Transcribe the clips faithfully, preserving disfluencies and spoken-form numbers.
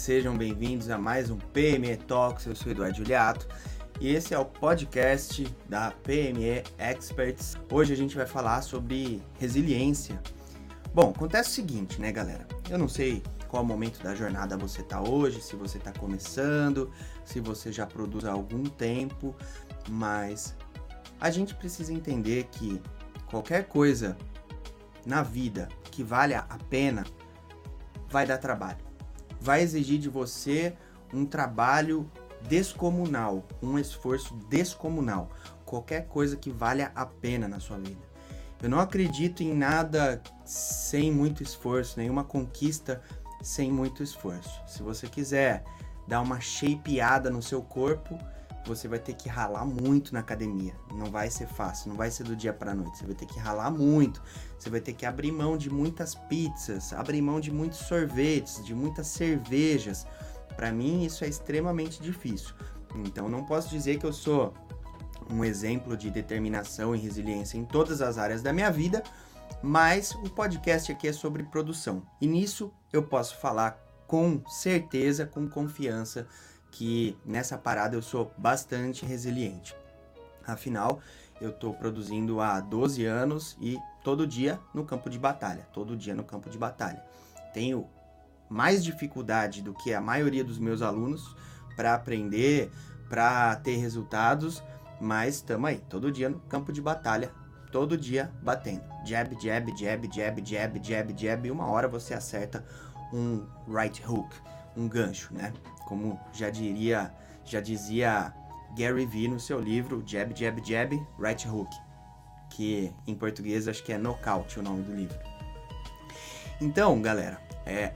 sejam bem-vindos a mais um P M E Talks. Eu sou Eduardo Juliato e esse é o podcast da P M E Experts. Hoje a gente vai falar sobre resiliência. Bom, acontece o seguinte, né, galera? Eu não sei qual momento da jornada você está hoje, se você está começando, se você já produz há algum tempo, mas a gente precisa entender que qualquer coisa na vida que valha a pena vai dar trabalho. Vai exigir de você um trabalho descomunal, um esforço descomunal. Qualquer coisa que valha a pena na sua vida. Eu não acredito em nada sem muito esforço, nenhuma conquista sem muito esforço. Se você quiser dar uma shapeada no seu corpo, você vai ter que ralar muito na academia. Não vai ser fácil, não vai ser do dia para noite. Você vai ter que ralar muito. Você vai ter que abrir mão de muitas pizzas, abrir mão de muitos sorvetes, de muitas cervejas. Para mim, isso é extremamente difícil. Então, não posso dizer que eu sou um exemplo de determinação e resiliência em todas as áreas da minha vida, mas o podcast aqui é sobre produção. E nisso eu posso falar com certeza, com confiança, que nessa parada eu sou bastante resiliente. Afinal, eu estou produzindo há doze anos e todo dia no campo de batalha, todo dia no campo de batalha. Tenho mais dificuldade do que a maioria dos meus alunos para aprender, para ter resultados, mas estamos aí, todo dia no campo de batalha, todo dia batendo. Jab, jab, jab, jab, jab, jab, jab, e uma hora você acerta um right hook, um gancho, né? Como já diria, já dizia Gary Vee no seu livro Jab, Jab, Jab, Right Hook, que em português acho que é nocaute o nome do livro. Então, galera, é...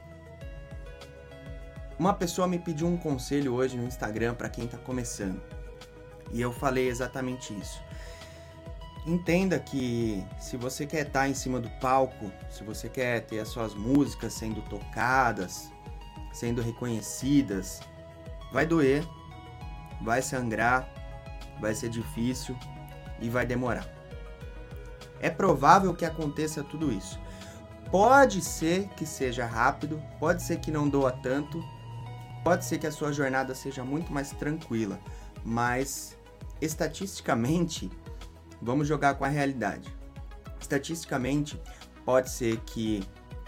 uma pessoa me pediu um conselho hoje no Instagram para quem está começando, e eu falei exatamente isso. Entenda que se você quer estar em cima do palco, se você quer ter as suas músicas sendo tocadas, sendo reconhecidas, vai doer, vai sangrar, vai ser difícil e vai demorar. É provável que aconteça tudo isso. Pode ser que seja rápido, pode ser que não doa tanto, pode ser que a sua jornada seja muito mais tranquila, mas estatisticamente, vamos jogar com a realidade. Estatisticamente, pode ser que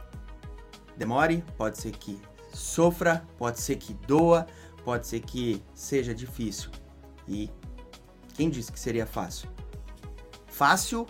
demore, pode ser que sofra, pode ser que doa, pode ser que seja difícil. E quem disse que seria fácil? Fácil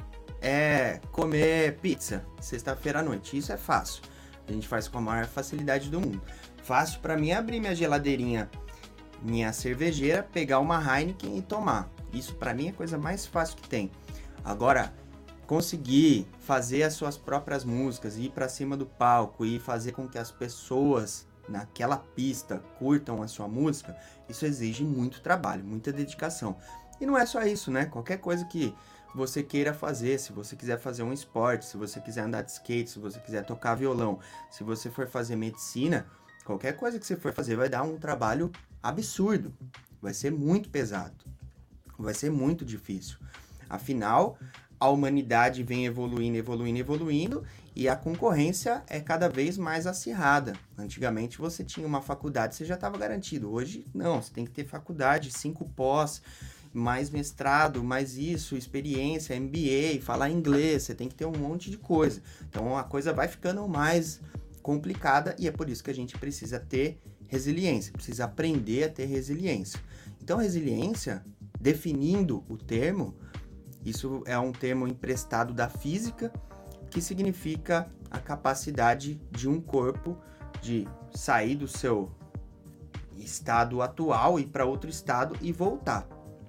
é comer pizza sexta-feira à noite. Isso é fácil. A gente faz com a maior facilidade do mundo. Fácil para mim é abrir minha geladeirinha, minha cervejeira, pegar uma Heineken e tomar. Isso para mim é a coisa mais fácil que tem. Agora, conseguir fazer as suas próprias músicas, ir para cima do palco e fazer com que as pessoas naquela pista curtam a sua música, isso exige muito trabalho, muita dedicação. E não é só isso, né? Qualquer coisa que você queira fazer, se você quiser fazer um esporte, se você quiser andar de skate, se você quiser tocar violão, se você for fazer medicina, qualquer coisa que você for fazer vai dar um trabalho absurdo, vai ser muito pesado, vai ser muito difícil. Afinal, a humanidade vem evoluindo, evoluindo, evoluindo e a concorrência é cada vez mais acirrada. Antigamente você tinha uma faculdade, você já estava garantido. Hoje não, você tem que ter faculdade, cinco pós, mais mestrado, mais isso, experiência, M B A, falar inglês, você tem que ter um monte de coisa. Então a coisa vai ficando mais complicada e é por isso que a gente precisa ter resiliência, precisa aprender a ter resiliência. Então resiliência, definindo o termo, isso é um termo emprestado da física, que significa a capacidade de um corpo de sair do seu estado atual e ir para outro estado e voltar.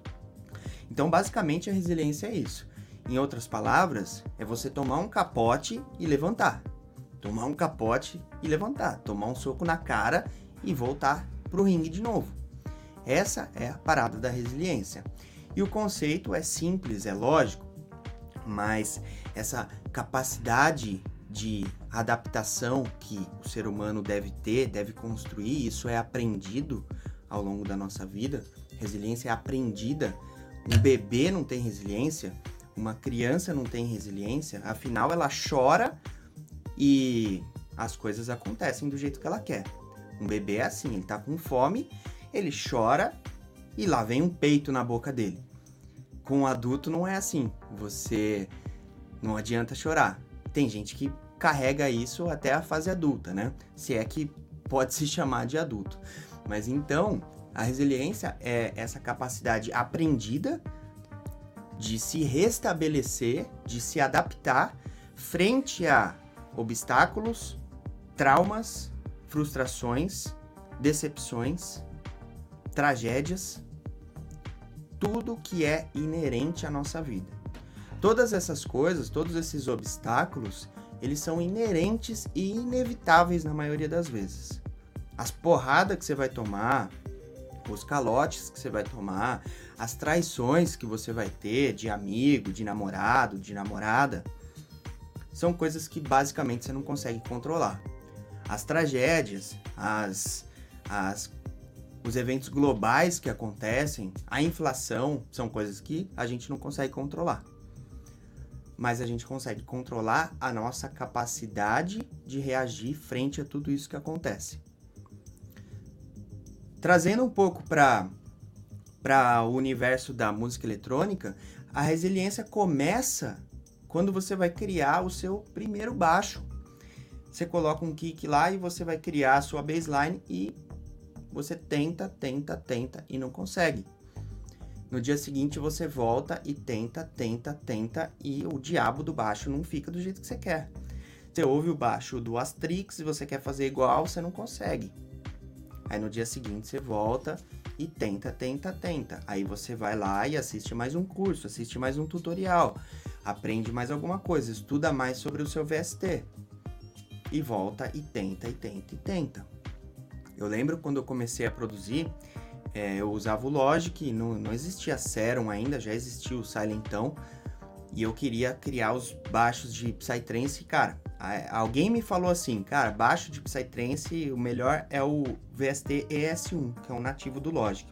Então, basicamente, a resiliência é isso. Em outras palavras, é você tomar um capote e levantar. Tomar um capote e levantar. Tomar um soco na cara e voltar para o ringue de novo. Essa é a parada da resiliência. E o conceito é simples, é lógico, mas essa capacidade de adaptação que o ser humano deve ter, deve construir, isso é aprendido ao longo da nossa vida. Resiliência é aprendida. Um bebê não tem resiliência, uma criança não tem resiliência, afinal ela chora e as coisas acontecem do jeito que ela quer. Um bebê é assim, ele tá com fome, ele chora e lá vem um peito na boca dele. Com um adulto não é assim, você não adianta chorar. Tem gente que carrega isso até a fase adulta, né? Se é que pode se chamar de adulto. Mas então, a resiliência é essa capacidade aprendida de se restabelecer, de se adaptar frente a obstáculos, traumas, frustrações, decepções, tragédias, tudo que é inerente à nossa vida. Todas essas coisas, todos esses obstáculos, eles são inerentes e inevitáveis na maioria das vezes. As porradas que você vai tomar, os calotes que você vai tomar, as traições que você vai ter de amigo, de namorado, de namorada, são coisas que basicamente você não consegue controlar. As tragédias, as, as, os eventos globais que acontecem, a inflação, são coisas que a gente não consegue controlar. Mas a gente consegue controlar a nossa capacidade de reagir frente a tudo isso que acontece. Trazendo um pouco para para o universo da música eletrônica, a resiliência começa quando você vai criar o seu primeiro baixo. Você coloca um kick lá e você vai criar a sua bassline e você tenta, tenta, tenta e não consegue. No dia seguinte você volta e tenta, tenta, tenta e o diabo do baixo não fica do jeito que você quer. Você ouve o baixo do Astrix e você quer fazer igual, você não consegue. Aí no dia seguinte você volta e tenta, tenta, tenta. Aí você vai lá e assiste mais um curso, assiste mais um tutorial, aprende mais alguma coisa, estuda mais sobre o seu V S T. E volta e tenta, e tenta, e tenta. Eu lembro quando eu comecei a produzir, é, eu usava o Logic, não, não existia Serum ainda, já existia o Silentão. E eu queria criar os baixos de Psytrance, cara. Alguém me falou assim, cara, baixo de Psytrance, o melhor é o V S T E S um, que é um nativo do Logic.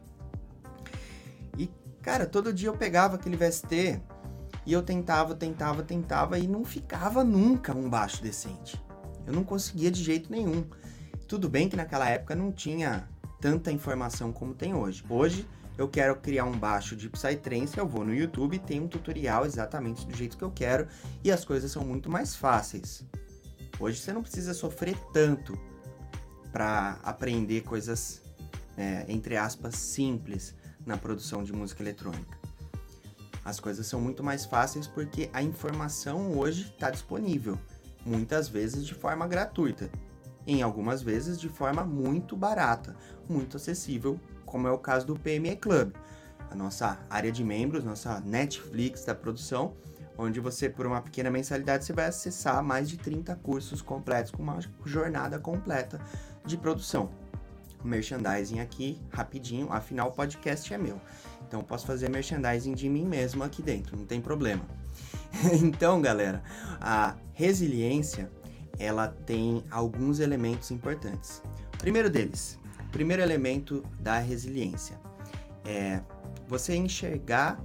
E, cara, todo dia eu pegava aquele V S T e eu tentava, tentava, tentava e não ficava nunca um baixo decente. Eu não conseguia de jeito nenhum. Tudo bem que naquela época não tinha tanta informação como tem hoje. Hoje, eu quero criar um baixo de Psytrance, eu vou no YouTube e tem um tutorial exatamente do jeito que eu quero e as coisas são muito mais fáceis. Hoje você não precisa sofrer tanto para aprender coisas, é, entre aspas, simples na produção de música eletrônica. As coisas são muito mais fáceis porque a informação hoje está disponível, muitas vezes de forma gratuita, em algumas vezes de forma muito barata, muito acessível, como é o caso do P M E Club, a nossa área de membros, nossa Netflix da produção, onde você, por uma pequena mensalidade, você vai acessar mais de trinta cursos completos, com uma jornada completa de produção. O merchandising aqui, rapidinho, afinal o podcast é meu, então eu posso fazer merchandising de mim mesmo aqui dentro, não tem problema. Então, galera, a resiliência, ela tem alguns elementos importantes. O primeiro deles, o primeiro elemento da resiliência é você enxergar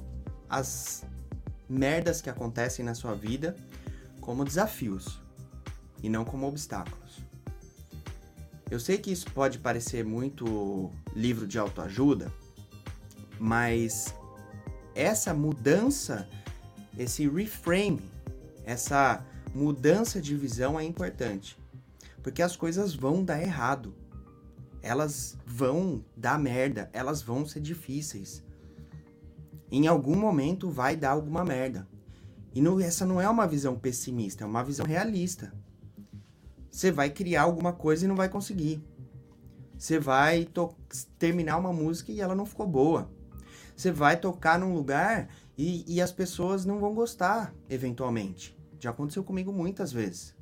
as merdas que acontecem na sua vida como desafios e não como obstáculos. Eu sei que isso pode parecer muito livro de autoajuda, mas essa mudança, esse reframe, essa mudança de visão é importante, porque as coisas vão dar errado, elas vão dar merda, elas vão ser difíceis. Em algum momento vai dar alguma merda. E não, essa não é uma visão pessimista, é uma visão realista. Você vai criar alguma coisa e não vai conseguir. Você vai to- terminar uma música e ela não ficou boa. Você vai tocar num lugar e, e as pessoas não vão gostar, eventualmente. Já aconteceu comigo muitas vezes.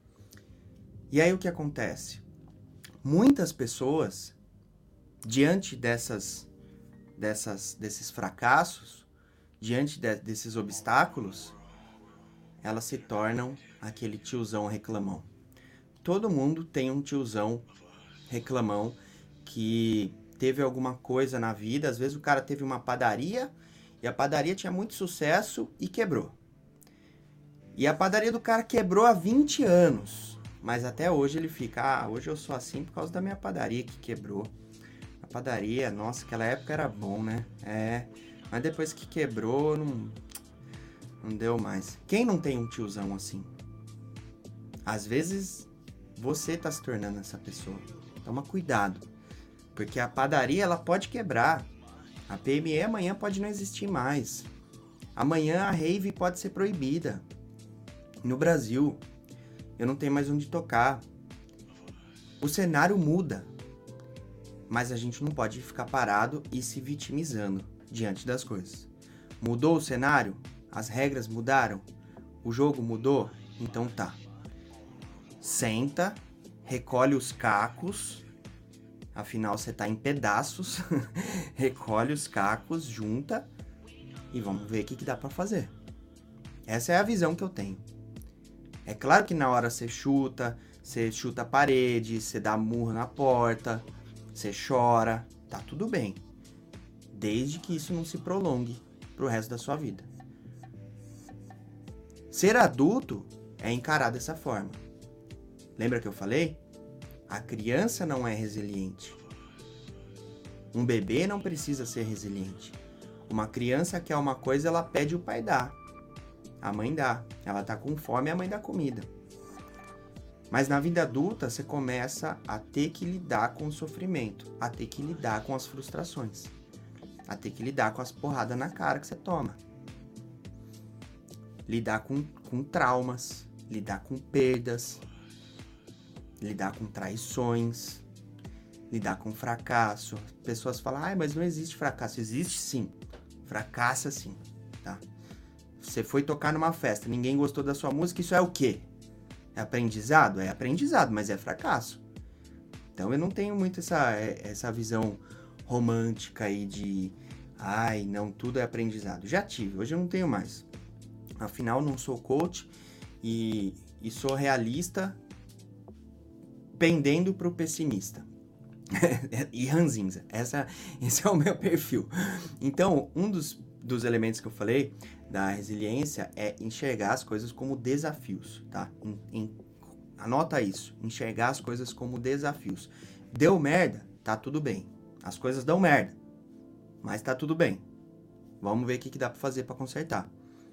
E aí o que acontece? Muitas pessoas, diante dessas, dessas, desses fracassos, diante de, desses obstáculos, elas se tornam aquele tiozão reclamão. Todo mundo tem um tiozão reclamão que teve alguma coisa na vida. Às vezes o cara teve uma padaria e a padaria tinha muito sucesso e quebrou. E a padaria do cara quebrou há vinte anos. Mas até hoje ele fica, ah, hoje eu sou assim por causa da minha padaria que quebrou. A padaria, nossa, aquela época era bom, né? É, mas depois que quebrou, não, não deu mais. Quem não tem um tiozão assim? Às vezes, você tá se tornando essa pessoa. Toma cuidado, porque a padaria, ela pode quebrar. A P M E amanhã pode não existir mais. Amanhã a rave pode ser proibida. No Brasil, eu não tenho mais onde tocar. O cenário muda. Mas a gente não pode ficar parado e se vitimizando diante das coisas. Mudou o cenário? As regras mudaram? O jogo mudou? Então tá. Senta, recolhe os cacos. Afinal, você tá em pedaços. Recolhe os cacos, junta e vamos ver o que, que dá pra fazer. Essa é a visão que eu tenho. É claro que na hora você chuta, você chuta a parede, você dá murro na porta, você chora, tá tudo bem. Desde que isso não se prolongue pro resto da sua vida. Ser adulto é encarar dessa forma. Lembra que eu falei? A criança não é resiliente. Um bebê não precisa ser resiliente. Uma criança quer uma coisa, ela pede, o pai dá. A mãe dá. Ela tá com fome, a mãe dá comida. Mas na vida adulta, você começa a ter que lidar com o sofrimento, a ter que lidar com as frustrações, a ter que lidar com as porradas na cara que você toma. Lidar com, com traumas, lidar com perdas, lidar com traições, lidar com fracasso. Pessoas falam, ah, mas não existe fracasso. Existe sim. Fracassa sim, tá? Você foi tocar numa festa, ninguém gostou da sua música, isso é o quê? É aprendizado? É aprendizado, mas é fracasso. Então eu não tenho muito essa, essa visão romântica aí de, ai, não, tudo é aprendizado. Já tive, hoje eu não tenho mais. Afinal, não sou coach e, e sou realista pendendo pro pessimista. E ranzinza. Essa, esse é o meu perfil. Então, um dos, dos elementos que eu falei da resiliência é enxergar as coisas como desafios, tá? Em, em, anota isso. Enxergar as coisas como desafios. Deu merda? Tá tudo bem. As coisas dão merda. Mas tá tudo bem. Vamos ver o que, que dá pra fazer pra consertar.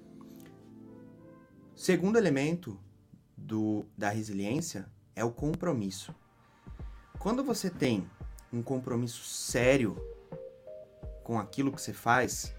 Segundo elemento do, da resiliência é o compromisso. Quando você tem um compromisso sério com aquilo que você faz,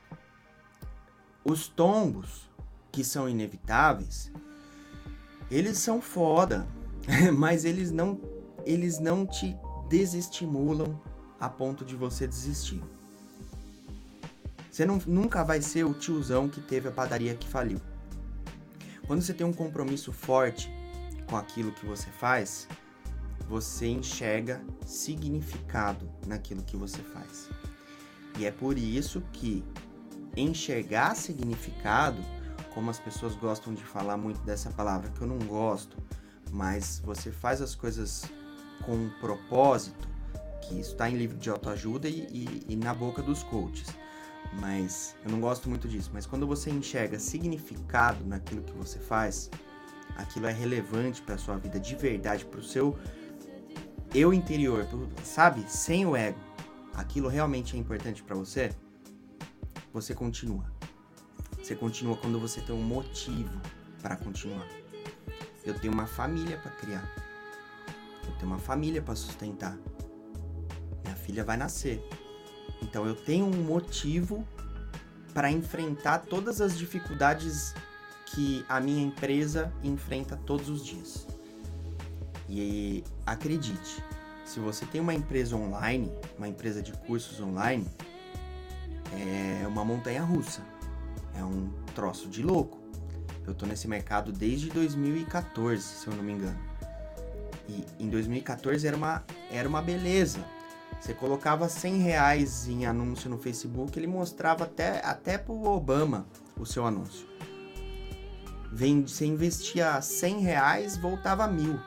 os tombos que são inevitáveis, eles são foda, mas eles não, eles não te desestimulam a ponto de você desistir. Você não, nunca vai ser o tiozão que teve a padaria que faliu. Quando você tem um compromisso forte com aquilo que você faz, você enxerga significado naquilo que você faz. E é por isso que enxergar significado, como as pessoas gostam de falar muito dessa palavra, que eu não gosto, mas você faz as coisas com um propósito, que isso está em livro de autoajuda e, e, e na boca dos coaches. Mas eu não gosto muito disso. Mas quando você enxerga significado naquilo que você faz, aquilo é relevante para a sua vida de verdade, para o seu eu interior, pro, sabe? Sem o ego. Aquilo realmente é importante para você, você continua. Você continua quando você tem um motivo para continuar. Eu tenho uma família para criar. Eu tenho uma família para sustentar. Minha filha vai nascer. Então eu tenho um motivo para enfrentar todas as dificuldades que a minha empresa enfrenta todos os dias. E acredite, se você tem uma empresa online, uma empresa de cursos online, é uma montanha-russa, é um troço de louco. Eu tô nesse mercado desde dois mil e catorze, se eu não me engano. E em dois mil e catorze era uma, era uma beleza. Você colocava cem reais em anúncio no Facebook, ele mostrava até, até pro Obama o seu anúncio. Vem, você investia cem reais, voltava mil.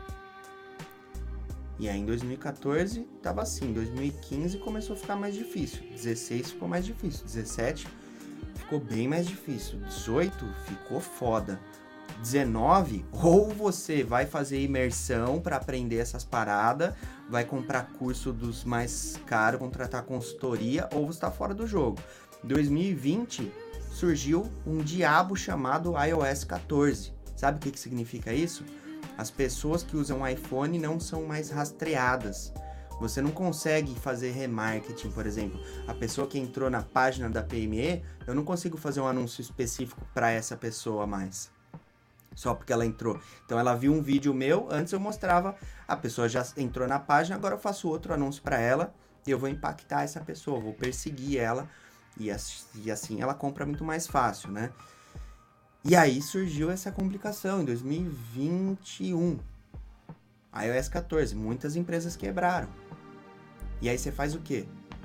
E aí em dois mil e catorze tava assim, dois mil e quinze começou a ficar mais difícil, dezesseis ficou mais difícil, dezessete ficou bem mais difícil, dezoito ficou foda, dezenove, ou você vai fazer imersão para aprender essas paradas, vai comprar curso dos mais caros, contratar consultoria, ou você tá fora do jogo. dois mil e vinte surgiu um diabo chamado i O S quatorze. Sabe o que, que significa isso? As pessoas que usam iPhone não são mais rastreadas. Você não consegue fazer remarketing, por exemplo. A pessoa que entrou na página da P M E, eu não consigo fazer um anúncio específico para essa pessoa mais. Só porque ela entrou. Então ela viu um vídeo meu, antes eu mostrava, a pessoa já entrou na página, agora eu faço outro anúncio para ela e eu vou impactar essa pessoa, vou perseguir ela e assim ela compra muito mais fácil, né? E aí surgiu essa complicação em dois mil e vinte e um. i O S quatorze, muitas empresas quebraram. E aí você faz o quê?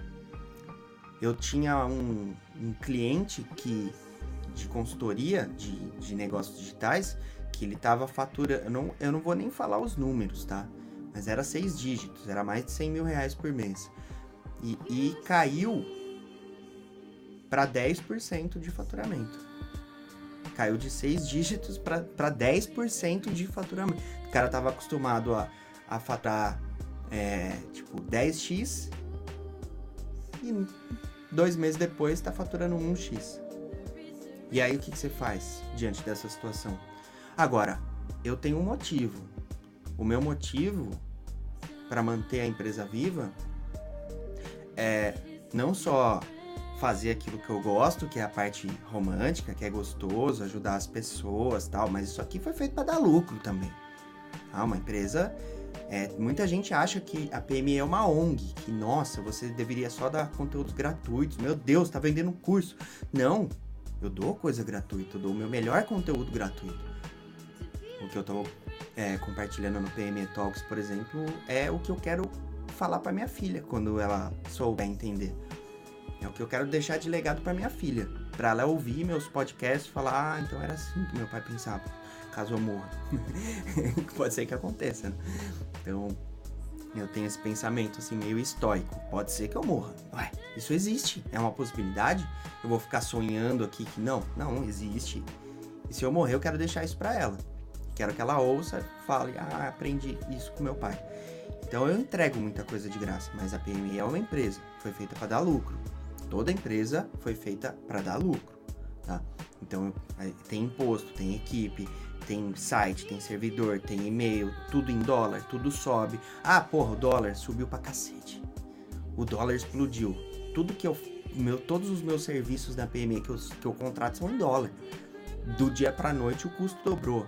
Eu tinha um, um cliente que, de consultoria de, de negócios digitais, que ele tava faturando, eu não, eu não vou nem falar os números, tá? Mas era seis dígitos, era mais de cem mil reais por mês. E, e caiu para dez por cento de faturamento. Caiu de seis dígitos para dez por cento de faturamento. O cara tava acostumado a, a faturar é, tipo dez x e dois meses depois tá faturando um x. E aí o que, que você faz diante dessa situação? Agora, eu tenho um motivo. O meu motivo para manter a empresa viva é não só fazer aquilo que eu gosto, que é a parte romântica, que é gostoso, ajudar as pessoas, tal, mas isso aqui foi feito para dar lucro também. Ah, uma empresa, é, muita gente acha que a P M E é uma O N G, que nossa, você deveria só dar conteúdos gratuitos, meu Deus, tá vendendo um curso. Não, eu dou coisa gratuita, eu dou o meu melhor conteúdo gratuito. O que eu tô é, compartilhando no P M E Talks, por exemplo, é o que eu quero falar para minha filha quando ela souber entender. É o que eu quero deixar de legado para minha filha, para ela ouvir meus podcasts e falar, ah, então era assim que meu pai pensava, caso eu morra. Pode ser que aconteça, né? Então, eu tenho esse pensamento assim meio estoico, pode ser que eu morra. Ué, isso existe, é uma possibilidade? Eu vou ficar sonhando aqui que não, não existe. E se eu morrer, eu quero deixar isso para ela. Quero que ela ouça e fale, ah, aprendi isso com meu pai. Então eu entrego muita coisa de graça, mas a P M E é uma empresa, foi feita para dar lucro. Toda empresa foi feita para dar lucro, tá? Então tem imposto, tem equipe, tem site, tem servidor, tem e-mail, tudo em dólar, tudo sobe. Ah, porra, o dólar subiu pra cacete. O dólar explodiu. Tudo que eu, meu, todos os meus serviços da P M E que eu, que eu contrato são em dólar. Do dia pra noite o custo dobrou.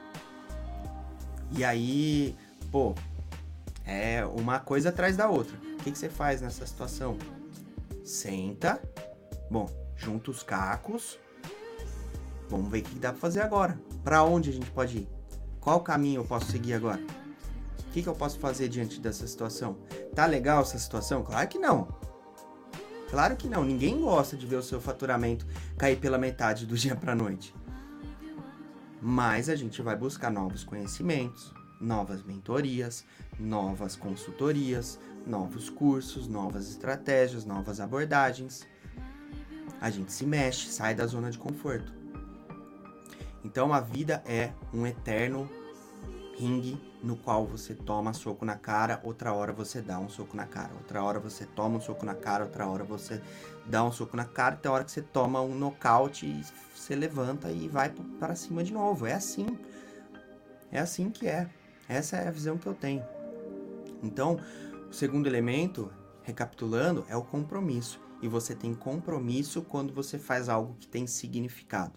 E aí, pô, é uma coisa atrás da outra. O que, que você faz nessa situação? Senta, bom, junta os cacos, vamos ver o que dá pra fazer agora. Pra onde a gente pode ir? Qual caminho eu posso seguir agora? O que, que eu posso fazer diante dessa situação? Tá legal essa situação? Claro que não. Claro que não. Ninguém gosta de ver o seu faturamento cair pela metade do dia pra noite. Mas a gente vai buscar novos conhecimentos, novas mentorias, novas consultorias, novos cursos, novas estratégias, novas abordagens. A gente se mexe, sai da zona de conforto. Então a vida é um eterno ringue no qual você toma soco na cara, outra hora você dá um soco na cara, outra hora você toma um soco na cara, outra hora você dá um soco na cara, até a hora que você toma um nocaute e você levanta e vai para cima de novo. É assim. É assim que é. Essa é a visão que eu tenho. Então, o segundo elemento, recapitulando, é o compromisso. E você tem compromisso quando você faz algo que tem significado.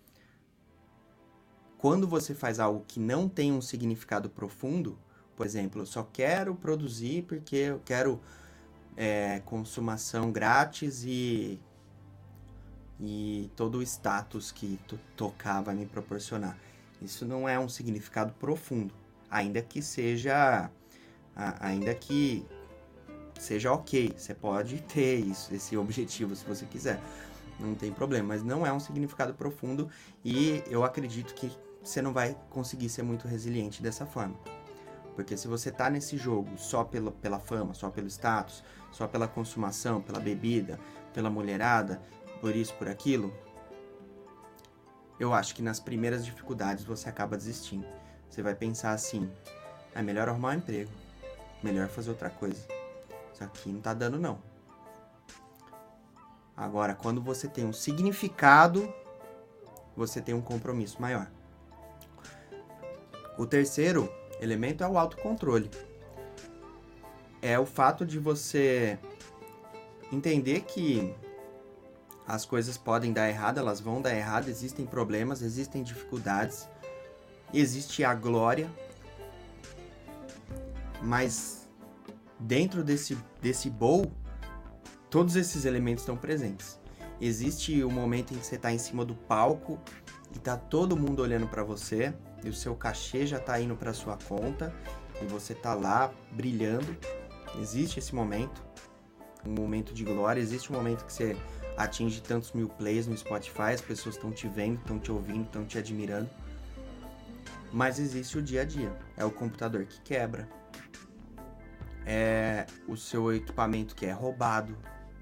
Quando você faz algo que não tem um significado profundo, por exemplo, eu só quero produzir porque eu quero é, consumação grátis e, e todo o status que tocar vai me proporcionar. Isso não é um significado profundo, ainda que seja... ainda que seja ok, você pode ter isso, esse objetivo se você quiser, não tem problema, mas não é um significado profundo e eu acredito que você não vai conseguir ser muito resiliente dessa forma, porque se você tá nesse jogo só pela, pela fama, só pelo status, só pela consumação, pela bebida, pela mulherada, por isso, por aquilo, eu acho que nas primeiras dificuldades você acaba desistindo. Você vai pensar assim, é melhor arrumar um emprego, melhor fazer outra coisa. Isso aqui não tá dando não. Agora, quando você tem um significado, você tem um compromisso maior. O terceiro elemento é o autocontrole. É o fato de você entender que as coisas podem dar errado, elas vão dar errado, existem problemas, existem dificuldades, existe a glória, mas dentro desse, desse bowl, todos esses elementos estão presentes. Existe o momento em que você está em cima do palco e está todo mundo olhando para você e o seu cachê já está indo para sua conta e você está lá brilhando. Existe esse momento, um momento de glória, existe um momento que você atinge tantos mil plays no Spotify, as pessoas estão te vendo, estão te ouvindo, estão te admirando. Mas existe o dia a dia, é o computador que quebra, é o seu equipamento que é roubado.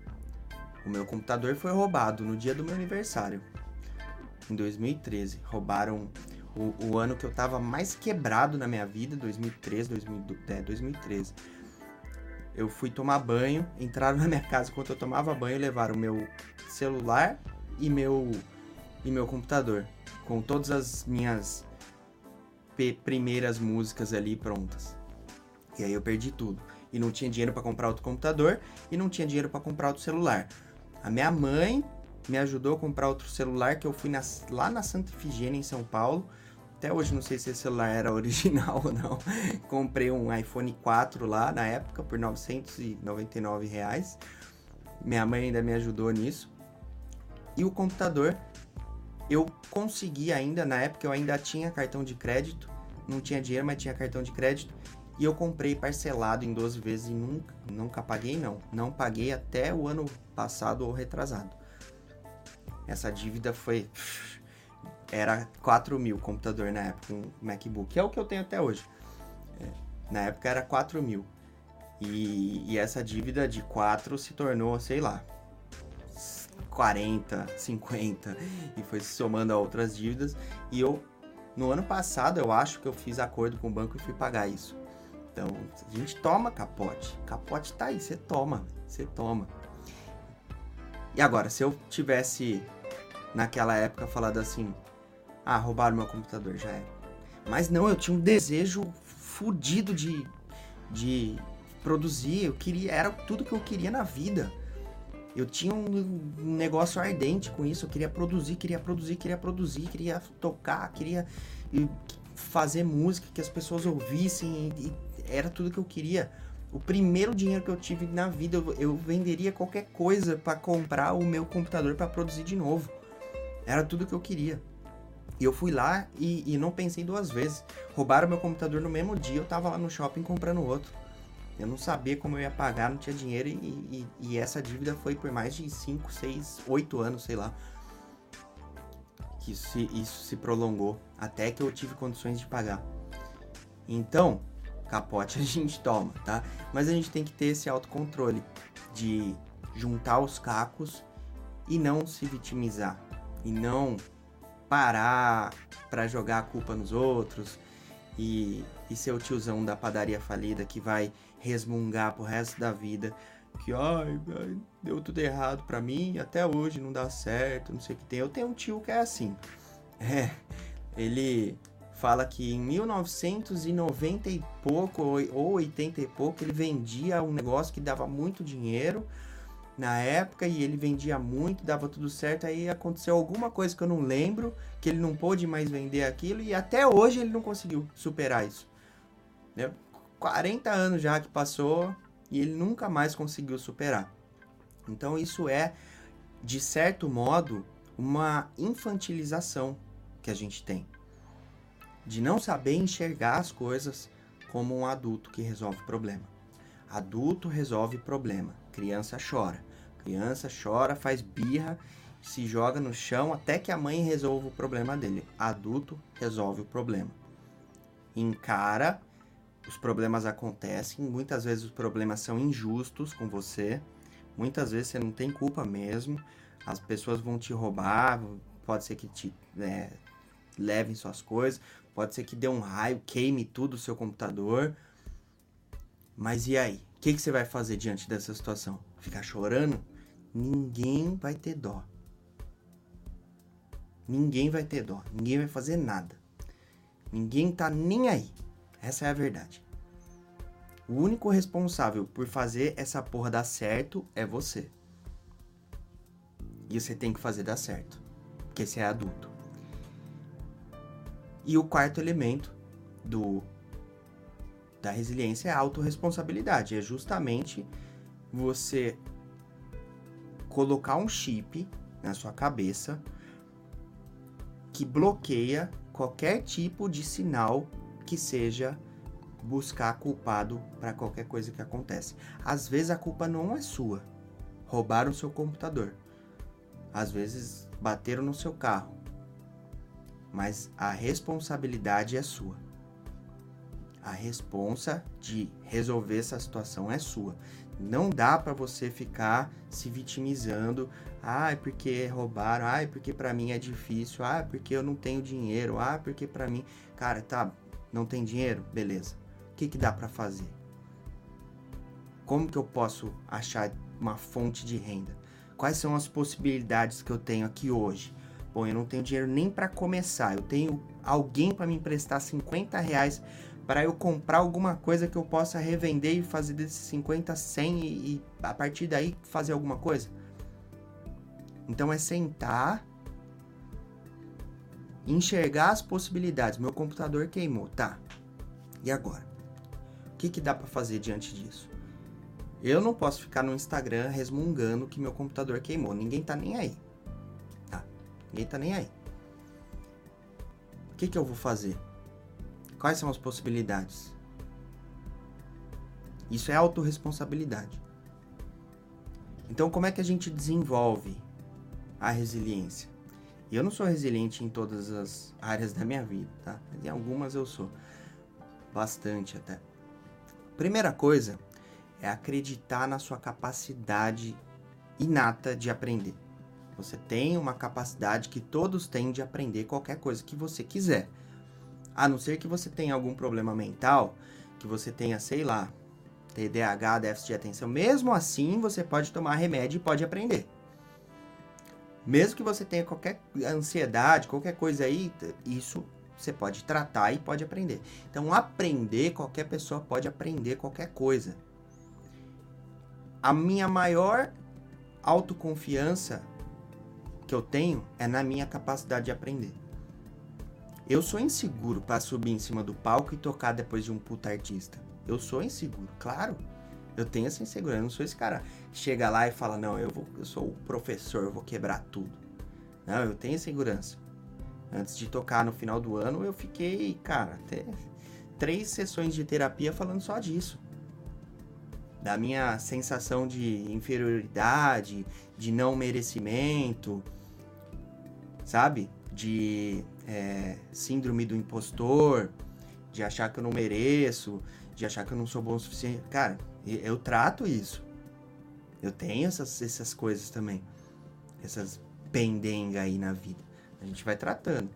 O meu computador foi roubado no dia do meu aniversário, em dois mil e treze. Roubaram o, o ano que eu tava mais quebrado na minha vida, dois mil e treze, dois mil, é, dois mil e treze. Eu fui tomar banho, entraram na minha casa enquanto eu tomava banho, levaram o meu celular e meu, e meu computador, com todas as minhas p- primeiras músicas ali prontas. E aí eu perdi tudo. E não tinha dinheiro para comprar outro computador e não tinha dinheiro para comprar outro celular. A minha mãe me ajudou a comprar outro celular que eu fui na, lá na Santa Efigênia, em São Paulo. Até hoje não sei se esse celular era original ou não. Comprei um iPhone quatro lá na época por novecentos e noventa e nove reais. Minha mãe ainda me ajudou nisso. E o computador, eu consegui ainda, na época eu ainda tinha cartão de crédito. Não tinha dinheiro, mas tinha cartão de crédito. E eu comprei parcelado em doze vezes e nunca, nunca paguei não. Não paguei até o ano passado ou retrasado. Essa dívida foi... Era quatro mil o computador na época, um MacBook, que é o que eu tenho até hoje. É, na época era quatro mil. E, e essa dívida de quatro se tornou, sei lá, quarenta, cinquenta. E foi se somando a outras dívidas. E eu, no ano passado, eu acho que eu fiz acordo com o banco e fui pagar isso. Então, a gente toma capote. Capote tá aí, você toma, você toma. E agora, se eu tivesse, naquela época, falado assim... Ah, roubaram meu computador, já era. Mas não, eu tinha um desejo fudido de, de produzir. Eu queria, era tudo que eu queria na vida. Eu tinha um, um negócio ardente com isso. Eu queria produzir, queria produzir, queria produzir, queria tocar, queria fazer música que as pessoas ouvissem. E, e era tudo que eu queria. O primeiro dinheiro que eu tive na vida, eu, eu venderia qualquer coisa para comprar o meu computador para produzir de novo. Era tudo que eu queria. E eu fui lá e, e não pensei duas vezes. Roubaram meu computador no mesmo dia, eu tava lá no shopping comprando outro. Eu não sabia como eu ia pagar, não tinha dinheiro e, e, e essa dívida foi por mais de cinco, seis, oito anos, sei lá. Que isso se, isso se prolongou até que eu tive condições de pagar. Então, capote a gente toma, tá? Mas a gente tem que ter esse autocontrole de juntar os cacos e não se vitimizar. E não... parar pra jogar a culpa nos outros e, e ser o tiozão da padaria falida que vai resmungar pro resto da vida que ai, ai, deu tudo errado pra mim, até hoje não dá certo, não sei o que tem. Eu tenho um tio que é assim, é, ele fala que em mil novecentos e noventa e pouco ou oitenta e pouco ele vendia um negócio que dava muito dinheiro na época e ele vendia muito, dava tudo certo, aí aconteceu alguma coisa que eu não lembro, que ele não pôde mais vender aquilo e até hoje ele não conseguiu superar isso. Né? quarenta anos já que passou e ele nunca mais conseguiu superar. Então isso é, de certo modo, uma infantilização que a gente tem. De não saber enxergar as coisas como um adulto que resolve problema. Adulto resolve problema, criança chora. Criança chora, faz birra, se joga no chão até que a mãe resolva o problema dele. Adulto resolve o problema. Encara, os problemas acontecem, muitas vezes os problemas são injustos com você, muitas vezes você não tem culpa mesmo, as pessoas vão te roubar, pode ser que te é, levem suas coisas, pode ser que dê um raio, queime tudo o seu computador. Mas e aí? O que, que você vai fazer diante dessa situação? Ficar chorando? Ninguém vai ter dó. Ninguém vai ter dó. Ninguém vai fazer nada. Ninguém tá nem aí. Essa é a verdade. O único responsável por fazer essa porra dar certo é você. E você tem que fazer dar certo. Porque você é adulto. E o quarto elemento do, da resiliência é a autorresponsabilidade. É justamente você colocar um chip na sua cabeça que bloqueia qualquer tipo de sinal que seja buscar culpado para qualquer coisa que acontece. Às vezes a culpa não é sua. Roubaram o seu computador. Às vezes bateram no seu carro. Mas a responsabilidade é sua. A responsa de resolver essa situação é sua. Não dá para você ficar se vitimizando. Ah, porque roubaram. Ah, porque para mim é difícil. Ah, porque eu não tenho dinheiro. Ah, porque para mim... Cara, tá, não tem dinheiro? Beleza. O que que dá para fazer? Como que eu posso achar uma fonte de renda? Quais são as possibilidades que eu tenho aqui hoje? Bom, eu não tenho dinheiro nem para começar. Eu tenho alguém para me emprestar cinquenta reais para eu comprar alguma coisa que eu possa revender e fazer desses cinquenta, cem e, e a partir daí fazer alguma coisa. Então é sentar, enxergar as possibilidades. Meu computador queimou, tá? E agora? O que que dá para fazer diante disso? Eu não posso ficar no Instagram resmungando que meu computador queimou. Ninguém tá nem aí. Tá? Ninguém tá nem aí. O que que eu vou fazer? Quais são as possibilidades? Isso é autorresponsabilidade. Então, como é que a gente desenvolve a resiliência? E eu não sou resiliente em todas as áreas da minha vida, tá? Mas em algumas eu sou. Bastante até. Primeira coisa é acreditar na sua capacidade inata de aprender. Você tem uma capacidade que todos têm de aprender qualquer coisa que você quiser. A não ser que você tenha algum problema mental, que você tenha, sei lá, T D A H, déficit de atenção. Mesmo assim, você pode tomar remédio e pode aprender. Mesmo que você tenha qualquer ansiedade, qualquer coisa aí, isso você pode tratar e pode aprender. Então, aprender, qualquer pessoa pode aprender qualquer coisa. A minha maior autoconfiança que eu tenho é na minha capacidade de aprender. Eu sou inseguro para subir em cima do palco e tocar depois de um puta artista. Eu sou inseguro, claro. Eu tenho essa insegurança. Eu não sou esse cara que chega lá e fala, não, eu, vou, eu sou o professor, eu vou quebrar tudo. Não, eu tenho segurança. Antes de tocar no final do ano, eu fiquei, cara, até três sessões de terapia falando só disso. Da minha sensação de inferioridade, de não merecimento, sabe? De é, síndrome do impostor, de achar que eu não mereço, de achar que eu não sou bom o suficiente. Cara, eu trato isso. Eu tenho essas, essas coisas também. Essas pendengas aí na vida. A gente vai tratando.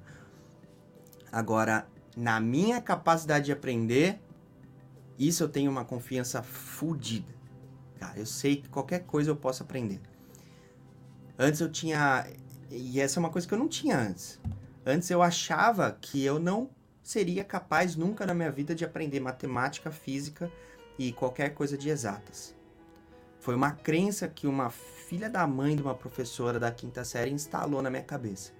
Agora, na minha capacidade de aprender, isso eu tenho uma confiança fodida. Cara, eu sei que qualquer coisa eu posso aprender. Antes eu tinha... E essa é uma coisa que eu não tinha antes. Antes eu achava que eu não seria capaz nunca na minha vida de aprender matemática, física e qualquer coisa de exatas. Foi uma crença que uma filha da mãe de uma professora da quinta série instalou na minha cabeça.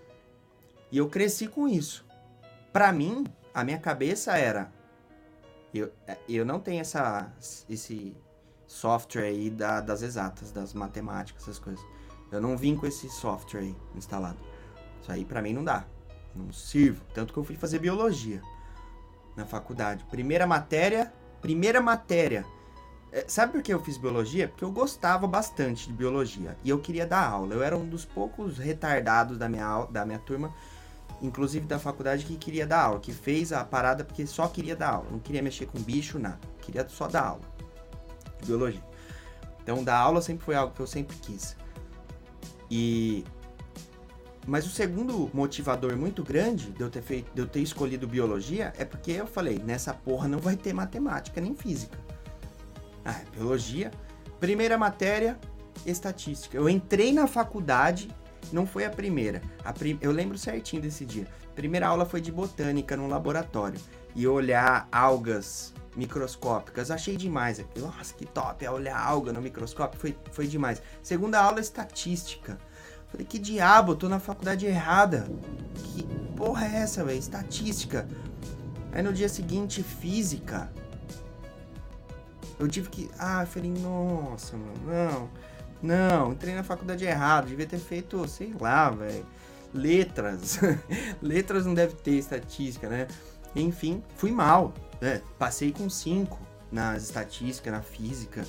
E eu cresci com isso. Pra mim, a minha cabeça era... Eu, eu não tenho essa, esse software aí da, das exatas, das matemáticas, essas coisas. Eu não vim com esse software aí instalado. Isso aí pra mim não dá. Não sirvo. Tanto que eu fui fazer biologia na faculdade. Primeira matéria... Primeira matéria... Sabe por que eu fiz biologia? Porque eu gostava bastante de biologia. E eu queria dar aula. Eu era um dos poucos retardados da minha, da minha turma, inclusive da faculdade, que queria dar aula. Que fez a parada porque só queria dar aula. Não queria mexer com bicho, nada. Queria só dar aula. Biologia. Então, dar aula sempre foi algo que eu sempre quis. E Mas o segundo motivador muito grande de eu ter feito, de eu ter escolhido biologia é porque eu falei, nessa porra não vai ter matemática nem física. Ah, biologia, primeira matéria, estatística. Eu entrei na faculdade, não foi a primeira. A prim... Eu lembro certinho desse dia. A primeira aula foi de botânica no laboratório. E olhar algas microscópicas, achei demais aquilo. Nossa, que top, é olhar alga no microscópio, foi, foi demais. Segunda aula, estatística. Falei, que diabo, eu tô na faculdade errada. Que porra é essa, velho? Estatística. Aí no dia seguinte, física. Eu tive que... Ah, eu falei, nossa, mano, não. Não, entrei na faculdade errada. Devia ter feito, sei lá, velho. Letras. Letras não deve ter estatística, né? Enfim, fui mal. Né? Passei com cinco nas estatísticas, na física.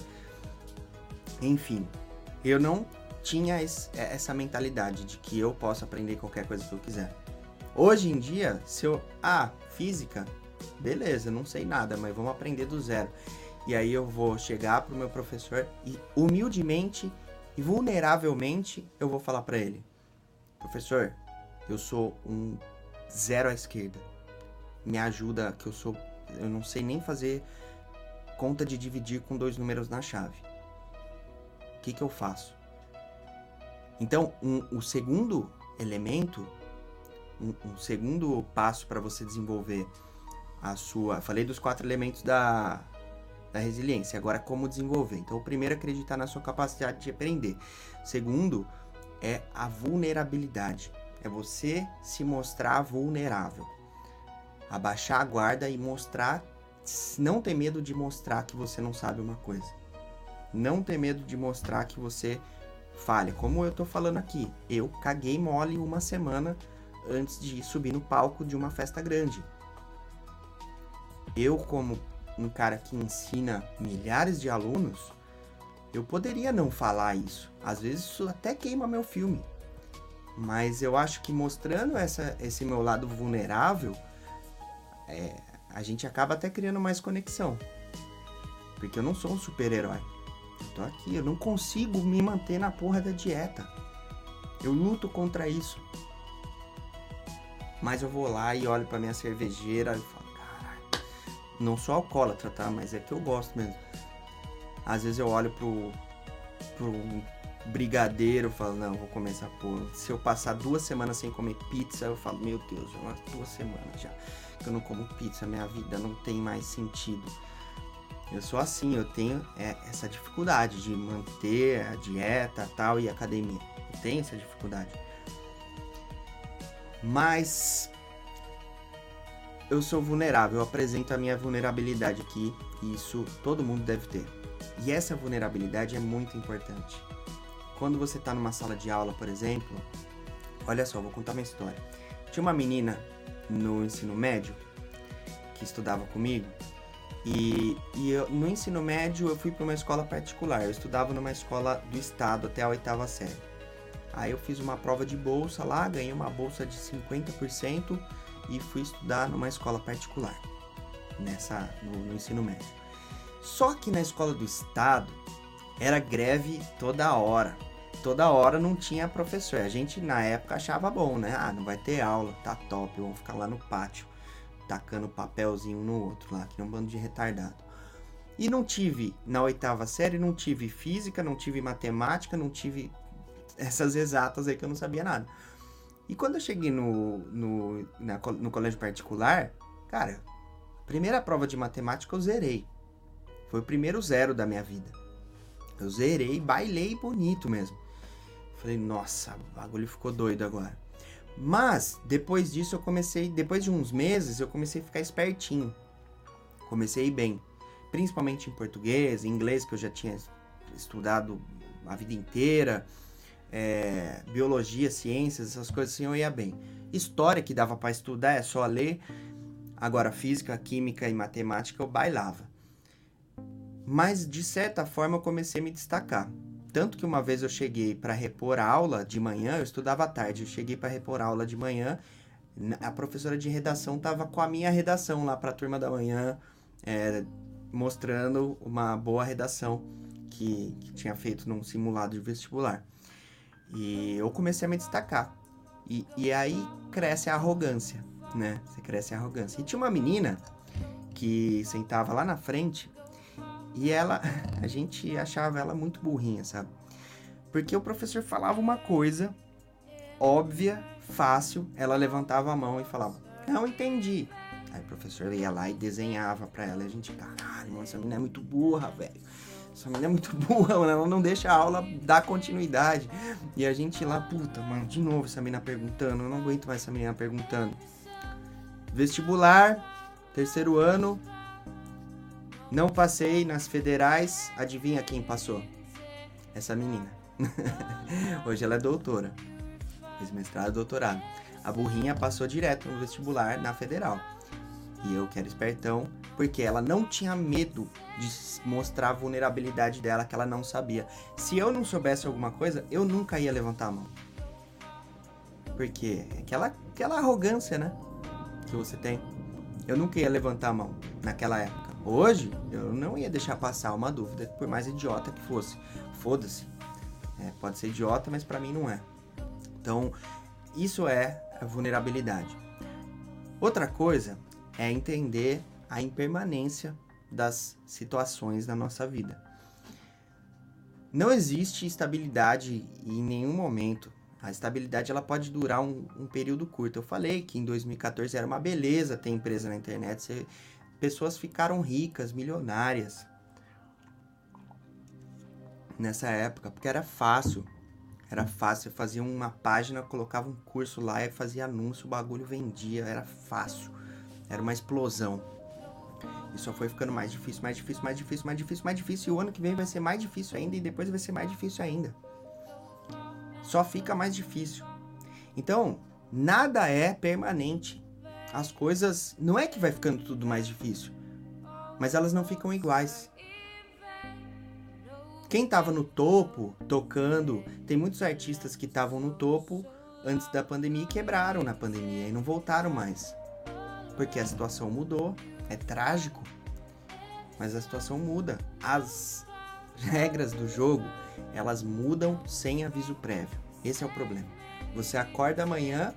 Enfim, eu não... tinha esse, essa mentalidade de que eu posso aprender qualquer coisa que eu quiser. Hoje em dia, se eu... Ah, física? Beleza, não sei nada, mas vamos aprender do zero. E aí eu vou chegar pro meu professor e humildemente e vulneravelmente eu vou falar para ele: professor, eu sou um zero à esquerda. Me ajuda, que eu sou... Eu não sei nem fazer conta de dividir com dois números na chave. O que que eu faço? Então, um, o segundo elemento, um, um segundo passo para você desenvolver a sua... Falei dos quatro elementos da, da resiliência, agora como desenvolver. Então, o primeiro é acreditar na sua capacidade de aprender. O segundo é a vulnerabilidade. É você se mostrar vulnerável. Abaixar a guarda e mostrar... Não ter medo de mostrar que você não sabe uma coisa. Não ter medo de mostrar que você... falha, como eu tô falando aqui, eu caguei mole uma semana antes de subir no palco de uma festa grande. Eu, como um cara que ensina milhares de alunos, eu poderia não falar isso. Às vezes isso até queima meu filme. Mas eu acho que mostrando essa, esse meu lado vulnerável, é, a gente acaba até criando mais conexão. Porque eu não sou um super-herói. Eu tô aqui, eu não consigo me manter na porra da dieta. Eu luto contra isso. Mas eu vou lá e olho pra minha cervejeira e falo, caralho, não sou alcoólatra, tá? Mas é que eu gosto mesmo. Às vezes eu olho pro, pro brigadeiro e falo, não, vou comer essa porra. Se eu passar duas semanas sem comer pizza, eu falo, meu Deus, umas duas semanas já que eu não como pizza, minha vida não tem mais sentido. Eu sou assim, eu tenho é, essa dificuldade de manter a dieta tal e a academia. Eu tenho essa dificuldade. Mas eu sou vulnerável, eu apresento a minha vulnerabilidade aqui. E isso todo mundo deve ter. E essa vulnerabilidade é muito importante. Quando você está numa sala de aula, por exemplo, olha só, vou contar uma história. Tinha uma menina no ensino médio que estudava comigo. E, e eu, no ensino médio eu fui para uma escola particular. Eu estudava numa escola do estado até a oitava série. Aí eu fiz uma prova de bolsa lá, ganhei uma bolsa de cinquenta por cento e fui estudar numa escola particular, nessa, no, no ensino médio. Só que na escola do estado era greve toda hora. Toda hora não tinha professor. A gente na época achava bom, né? Ah, não vai ter aula, tá top, vamos ficar lá no pátio tacando papelzinho um no outro lá, que é um bando de retardado. E não tive, na oitava série, não tive física, não tive matemática, não tive essas exatas aí que eu não sabia nada. E quando eu cheguei no, no, na, no colégio particular, cara, primeira prova de matemática eu zerei. Foi o primeiro zero da minha vida. Eu zerei, bailei bonito mesmo. Falei, nossa, o bagulho ficou doido agora. Mas, depois disso eu comecei, depois de uns meses, eu comecei a ficar espertinho. Comecei a ir bem. Principalmente em português, em inglês, que eu já tinha estudado a vida inteira. É, biologia, ciências, essas coisas assim, eu ia bem. História, que dava pra estudar, é só ler. Agora, física, química e matemática, eu bailava. Mas, de certa forma, eu comecei a me destacar. Tanto que uma vez eu cheguei para repor a aula de manhã, eu estudava à tarde, eu cheguei para repor a aula de manhã, a professora de redação estava com a minha redação lá para a turma da manhã, é, mostrando uma boa redação que, que tinha feito num simulado de vestibular. E eu comecei a me destacar. E, e aí cresce a arrogância, né? Você cresce a arrogância. E tinha uma menina que sentava lá na frente e ela, a gente achava ela muito burrinha, sabe? Porque o professor falava uma coisa óbvia, fácil, ela levantava a mão e falava, não entendi. Aí o professor ia lá e desenhava pra ela. E a gente, caralho, mano, essa menina é muito burra, velho. Essa menina é muito burra, mano. Ela não deixa a aula dar continuidade. E a gente lá, puta, mano, de novo essa menina perguntando. Eu não aguento mais essa menina perguntando. Vestibular, terceiro ano. Não passei nas federais. Adivinha quem passou? Essa menina. Hoje ela é doutora. Fez mestrado e doutorado. A burrinha passou direto no vestibular na federal. E eu que era espertão, porque ela não tinha medo de mostrar a vulnerabilidade dela, que ela não sabia. Se eu não soubesse alguma coisa, eu nunca ia levantar a mão. Porque é aquela, aquela arrogância, né? Que você tem. Eu nunca ia levantar a mão naquela época. Hoje, eu não ia deixar passar uma dúvida, por mais idiota que fosse. Foda-se. É, pode ser idiota, mas pra mim não é. Então, isso é a vulnerabilidade. Outra coisa é entender a impermanência das situações na nossa vida. Não existe estabilidade em nenhum momento. A estabilidade ela pode durar um, um período curto. Eu falei que em dois mil e catorze era uma beleza ter empresa na internet. Você, pessoas ficaram ricas, milionárias nessa época, porque era fácil. Era fácil, eu fazia uma página, colocava um curso lá e fazia anúncio, o bagulho vendia, era fácil. Era uma explosão. E só foi ficando mais difícil, mais difícil, mais difícil, mais difícil, mais difícil. E o ano que vem vai ser mais difícil ainda e depois vai ser mais difícil ainda. Só fica mais difícil. Então, nada é permanente. As coisas, não é que vai ficando tudo mais difícil, mas elas não ficam iguais. Quem estava no topo, tocando, tem muitos artistas que estavam no topo antes da pandemia e quebraram na pandemia e não voltaram mais. Porque a situação mudou, é trágico, mas a situação muda. As regras do jogo, elas mudam sem aviso prévio. Esse é o problema. Você acorda amanhã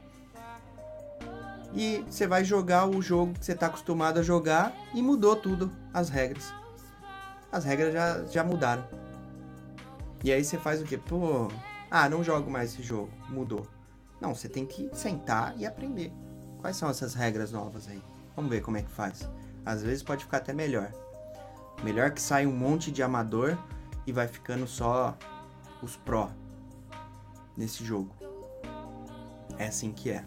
e você vai jogar o jogo que você está acostumado a jogar e mudou tudo, as regras. As regras já, já mudaram. E aí você faz o quê? Pô, ah, não jogo mais esse jogo, mudou. Não, você tem que sentar e aprender. Quais são essas regras novas aí? Vamos ver como é que faz. Às vezes pode ficar até melhor. Melhor que sai um monte de amador e vai ficando só os pró nesse jogo. É assim que é.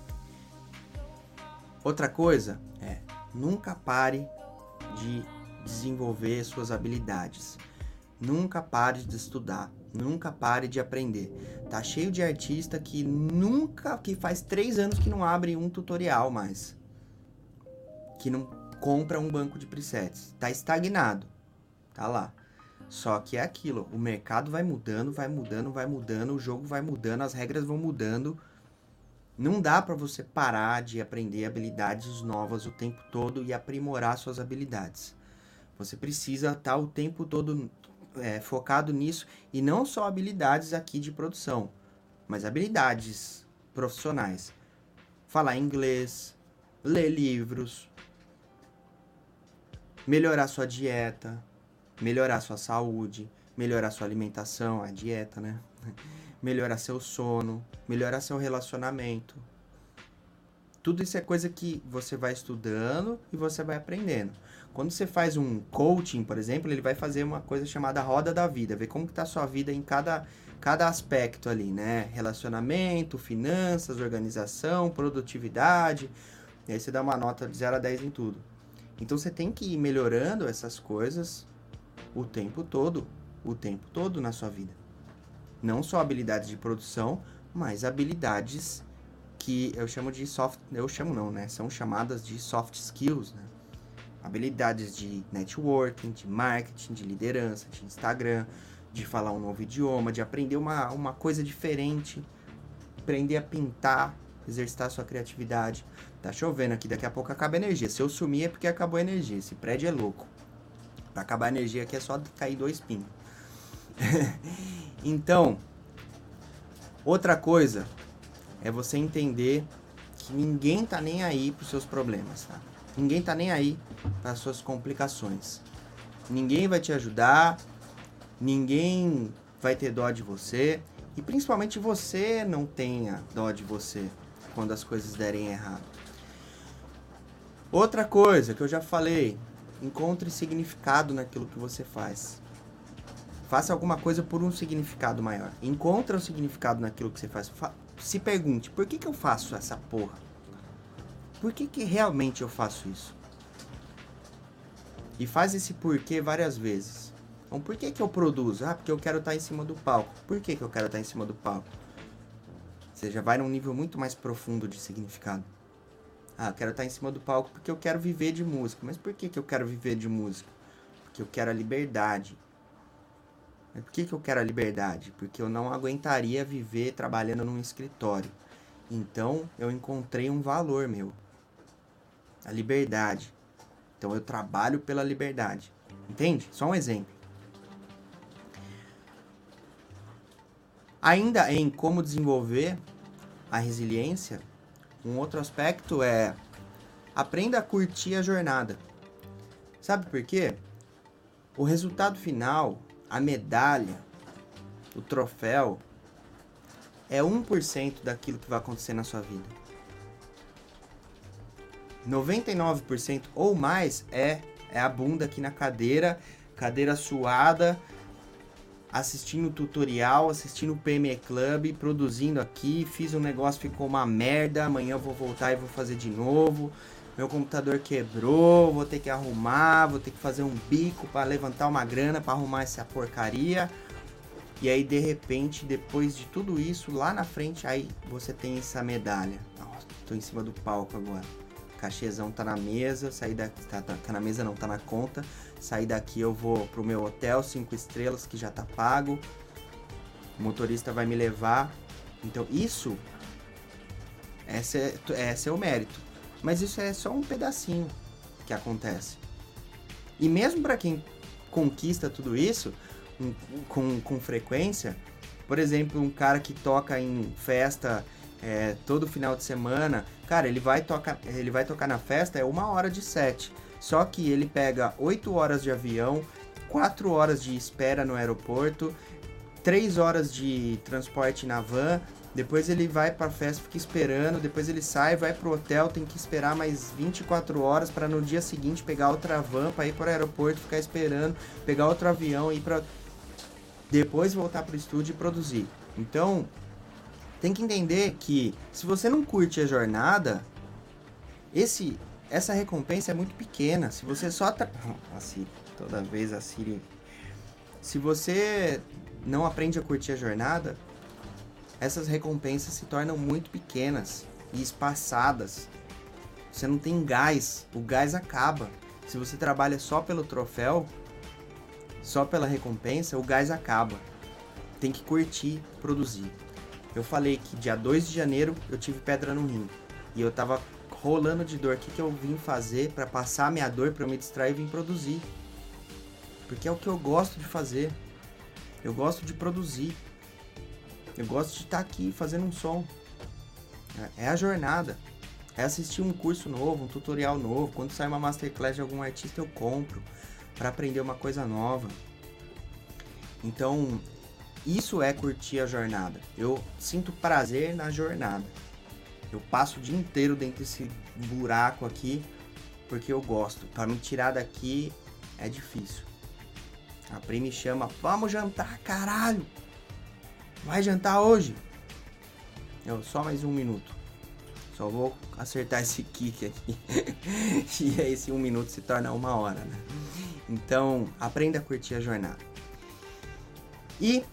Outra coisa é, nunca pare de desenvolver suas habilidades. Nunca pare de estudar, nunca pare de aprender. Tá cheio de artista que nunca, que faz três anos que não abre um tutorial mais. Que não compra um banco de presets. Tá estagnado, tá lá. Só que é aquilo, o mercado vai mudando, vai mudando, vai mudando, o jogo vai mudando, as regras vão mudando. Não dá pra você parar de aprender habilidades novas o tempo todo e aprimorar suas habilidades. Você precisa estar o tempo todo É, focado nisso, e não só habilidades aqui de produção, mas habilidades profissionais. Falar inglês, ler livros, melhorar sua dieta, melhorar sua saúde, melhorar sua alimentação, a dieta, né? Melhorar seu sono, melhorar seu relacionamento. Tudo isso é coisa que você vai estudando e você vai aprendendo. Quando você faz um coaching, por exemplo, ele vai fazer uma coisa chamada roda da vida, ver como que tá a sua vida em cada, cada aspecto ali, né? Relacionamento, finanças, organização, produtividade. E aí você dá uma nota de zero a dez em tudo. Então você tem que ir melhorando essas coisas o tempo todo, o tempo todo na sua vida. Não só habilidades de produção, mas habilidades que eu chamo de soft, eu chamo não, né? São chamadas de soft skills, né? Habilidades de networking, de marketing, de liderança, de Instagram, de falar um novo idioma, de aprender uma, uma coisa diferente, aprender a pintar, exercitar sua criatividade. Tá chovendo aqui, daqui a pouco acaba a energia. Se eu sumir é porque acabou a energia. Esse prédio é louco. Pra acabar a energia aqui é só cair dois pingos. Então, outra coisa é você entender que ninguém tá nem aí pros seus problemas, tá? Ninguém tá nem aí para as suas complicações. Ninguém vai te ajudar, ninguém vai ter dó de você, e principalmente você não tenha dó de você quando as coisas derem errado. Outra coisa que eu já falei, encontre significado naquilo que você faz. Faça alguma coisa por um significado maior. Encontre um significado naquilo que você faz. Se pergunte, por que que eu faço essa porra? Por que que realmente eu faço isso? E faz esse porquê várias vezes. Então, por que que eu produzo? Ah, porque eu quero estar em cima do palco. Por que que eu quero estar em cima do palco? Você já vai num nível muito mais profundo de significado. Ah, eu quero estar em cima do palco porque eu quero viver de música. Mas por que que eu quero viver de música? Porque eu quero a liberdade. Mas por que que eu quero a liberdade? Porque eu não aguentaria viver trabalhando num escritório. Então, eu encontrei um valor meu. A liberdade. Então, eu trabalho pela liberdade. Entende? Só um exemplo. Ainda em como desenvolver a resiliência, um outro aspecto é aprenda a curtir a jornada. Sabe por quê? O resultado final, a medalha, o troféu, é um por cento daquilo que vai acontecer na sua vida. noventa e nove por cento ou mais é, é a bunda aqui na cadeira, cadeira suada, assistindo o tutorial, assistindo o P M E Club, produzindo aqui, fiz um negócio, ficou uma merda, amanhã eu vou voltar e vou fazer de novo, meu computador quebrou, vou ter que arrumar, vou ter que fazer um bico para levantar uma grana para arrumar essa porcaria, e aí de repente, depois de tudo isso, lá na frente, aí você tem essa medalha. Nossa, tô em cima do palco agora. Cachezão tá na mesa, sair daqui, tá, tá, tá na mesa não, tá na conta, sair daqui eu vou pro meu hotel, cinco estrelas, que já tá pago, o motorista vai me levar, então isso, esse é, esse é o mérito, mas isso é só um pedacinho que acontece, e mesmo para quem conquista tudo isso, um, com, com frequência, por exemplo, um cara que toca em festa, É, todo final de semana, cara, ele vai tocar, ele vai tocar na festa, é uma hora de set. Só que ele pega oito horas de avião, quatro horas de espera no aeroporto, três horas de transporte na van, depois ele vai pra festa, fica esperando, depois ele sai, vai pro hotel, tem que esperar mais vinte e quatro horas para no dia seguinte pegar outra van para ir pro aeroporto, ficar esperando, pegar outro avião e ir para depois voltar pro estúdio e produzir. Então, tem que entender que se você não curte a jornada, esse, essa recompensa é muito pequena. Se você só... Tra... A Siri, toda vez a Siri... Se você não aprende a curtir a jornada, essas recompensas se tornam muito pequenas e espaçadas. Você não tem gás, o gás acaba. Se você trabalha só pelo troféu, só pela recompensa, o gás acaba. Tem que curtir, produzir. Eu falei que dia dois de janeiro eu tive pedra no rim. E eu tava rolando de dor. O que, que eu vim fazer para passar a minha dor, para eu me distrair e vim produzir? Porque é o que eu gosto de fazer. Eu gosto de produzir. Eu gosto de estar aqui fazendo um som. É a jornada. É assistir um curso novo, um tutorial novo. Quando sai uma masterclass de algum artista eu compro para aprender uma coisa nova. Então... isso é curtir a jornada. Eu sinto prazer na jornada. Eu passo o dia inteiro dentro desse buraco aqui porque eu gosto. Para me tirar daqui é difícil. A Pri me chama, vamos jantar, caralho. Vai jantar hoje? Eu, só mais um minuto. Só vou acertar esse kick aqui. E aí esse um minuto se torna uma hora, né? Então, aprenda a curtir a jornada. E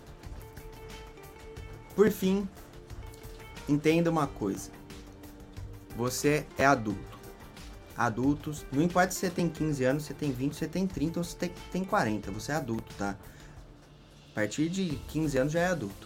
por fim, entenda uma coisa. Você é adulto. Adultos, não importa se você tem quinze anos, você tem vinte, você tem trinta ou você tem quarenta. Você é adulto, tá? A partir de quinze anos já é adulto.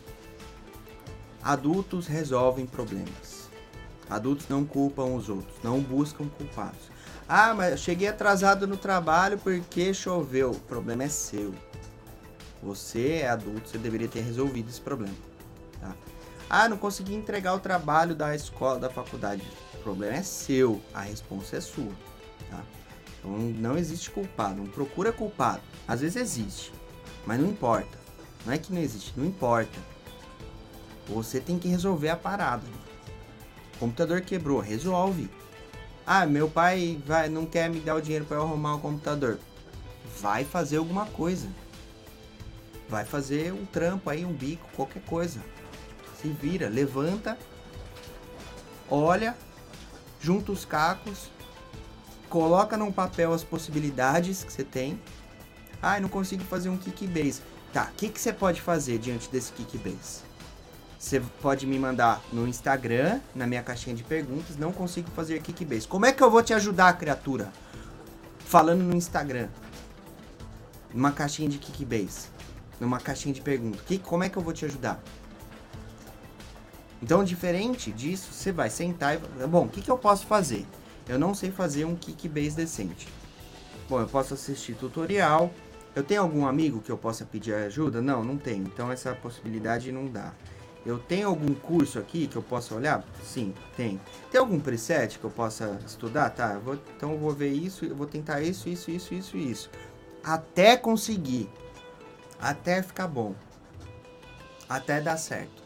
Adultos resolvem problemas. Adultos não culpam os outros, não buscam culpados. Ah, mas eu cheguei atrasado no trabalho porque choveu. O problema é seu. Você é adulto, você deveria ter resolvido esse problema. Tá? Ah, não consegui entregar o trabalho da escola, da faculdade. O problema é seu, a responsa é sua, tá? Então não existe culpado, não procura culpado. Às vezes existe, mas não importa. Não é que não existe, não importa. Você tem que resolver a parada. O computador quebrou, resolve. Ah, meu pai vai, não quer me dar o dinheiro para eu arrumar o computador. Vai fazer alguma coisa. Vai fazer um trampo aí, um bico, qualquer coisa. Se vira, levanta, olha, junta os cacos, coloca num papel as possibilidades que você tem. Ah, eu não consigo fazer um kickbase. Tá, o que, que você pode fazer diante desse kickbase? Você pode me mandar no Instagram, na minha caixinha de perguntas, não consigo fazer kickbase. Como é que eu vou te ajudar, criatura? Falando no Instagram, numa caixinha de kickbase, numa caixinha de perguntas. Que, como é que eu vou te ajudar? Então, diferente disso, você vai sentar e... Bom, o que, que eu posso fazer? Eu não sei fazer um kickbase decente. Bom, eu posso assistir tutorial. Eu tenho algum amigo que eu possa pedir ajuda? Não, não tenho. Então, essa possibilidade não dá. Eu tenho algum curso aqui que eu possa olhar? Sim, tem. Tem algum preset que eu possa estudar? Tá, eu vou, então eu vou ver isso, eu vou tentar isso, isso, isso, isso e isso. Até conseguir. Até ficar bom. Até dar certo.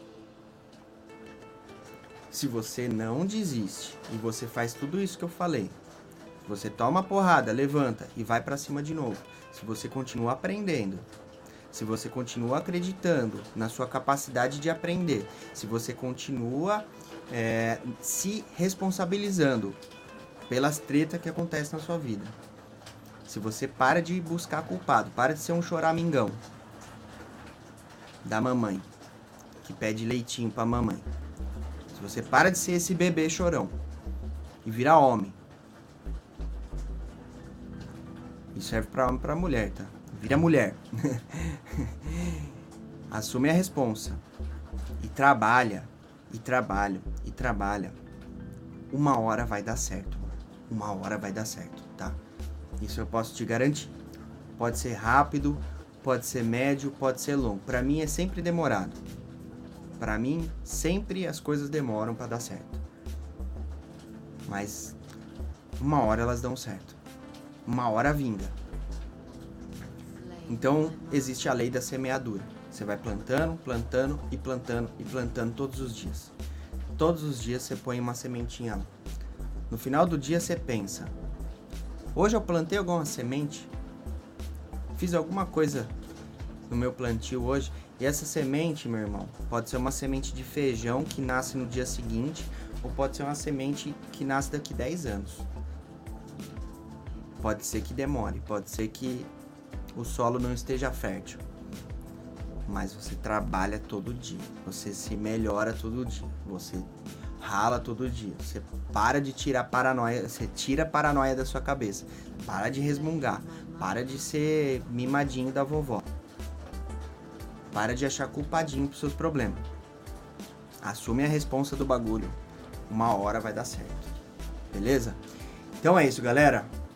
Se você não desiste e você faz tudo isso que eu falei, você toma a porrada, levanta e vai pra cima de novo. Se você continua aprendendo, se você continua acreditando na sua capacidade de aprender, se você continua é, se responsabilizando pelas tretas que acontecem na sua vida, se você para de buscar culpado, para de ser um choramingão da mamãe, que pede leitinho pra mamãe, se você para de ser esse bebê chorão e virar homem, isso serve pra homem e pra mulher, tá? Vira mulher. Assume a responsa. E trabalha, e trabalha, e trabalha. Uma hora vai dar certo. Uma hora vai dar certo, tá? Isso eu posso te garantir. Pode ser rápido, pode ser médio, pode ser longo. Pra mim é sempre demorado. Pra mim, sempre as coisas demoram pra dar certo. Mas uma hora elas dão certo. Uma hora vinga. Então, existe a lei da semeadura. Você vai plantando, plantando e plantando e plantando todos os dias. Todos os dias você põe uma sementinha lá. No final do dia você pensa: hoje eu plantei alguma semente? Fiz alguma coisa no meu plantio hoje? E essa semente, meu irmão, pode ser uma semente de feijão que nasce no dia seguinte, ou pode ser uma semente que nasce daqui dez anos. Pode ser que demore, pode ser que o solo não esteja fértil, mas você trabalha todo dia, você se melhora todo dia, você rala todo dia, você para de tirar paranoia, você tira a paranoia da sua cabeça, para de resmungar, para de ser mimadinho da vovó, para de achar culpadinho pros seus problemas, assume a responsa do bagulho, uma hora vai dar certo, beleza? Então é isso, galera.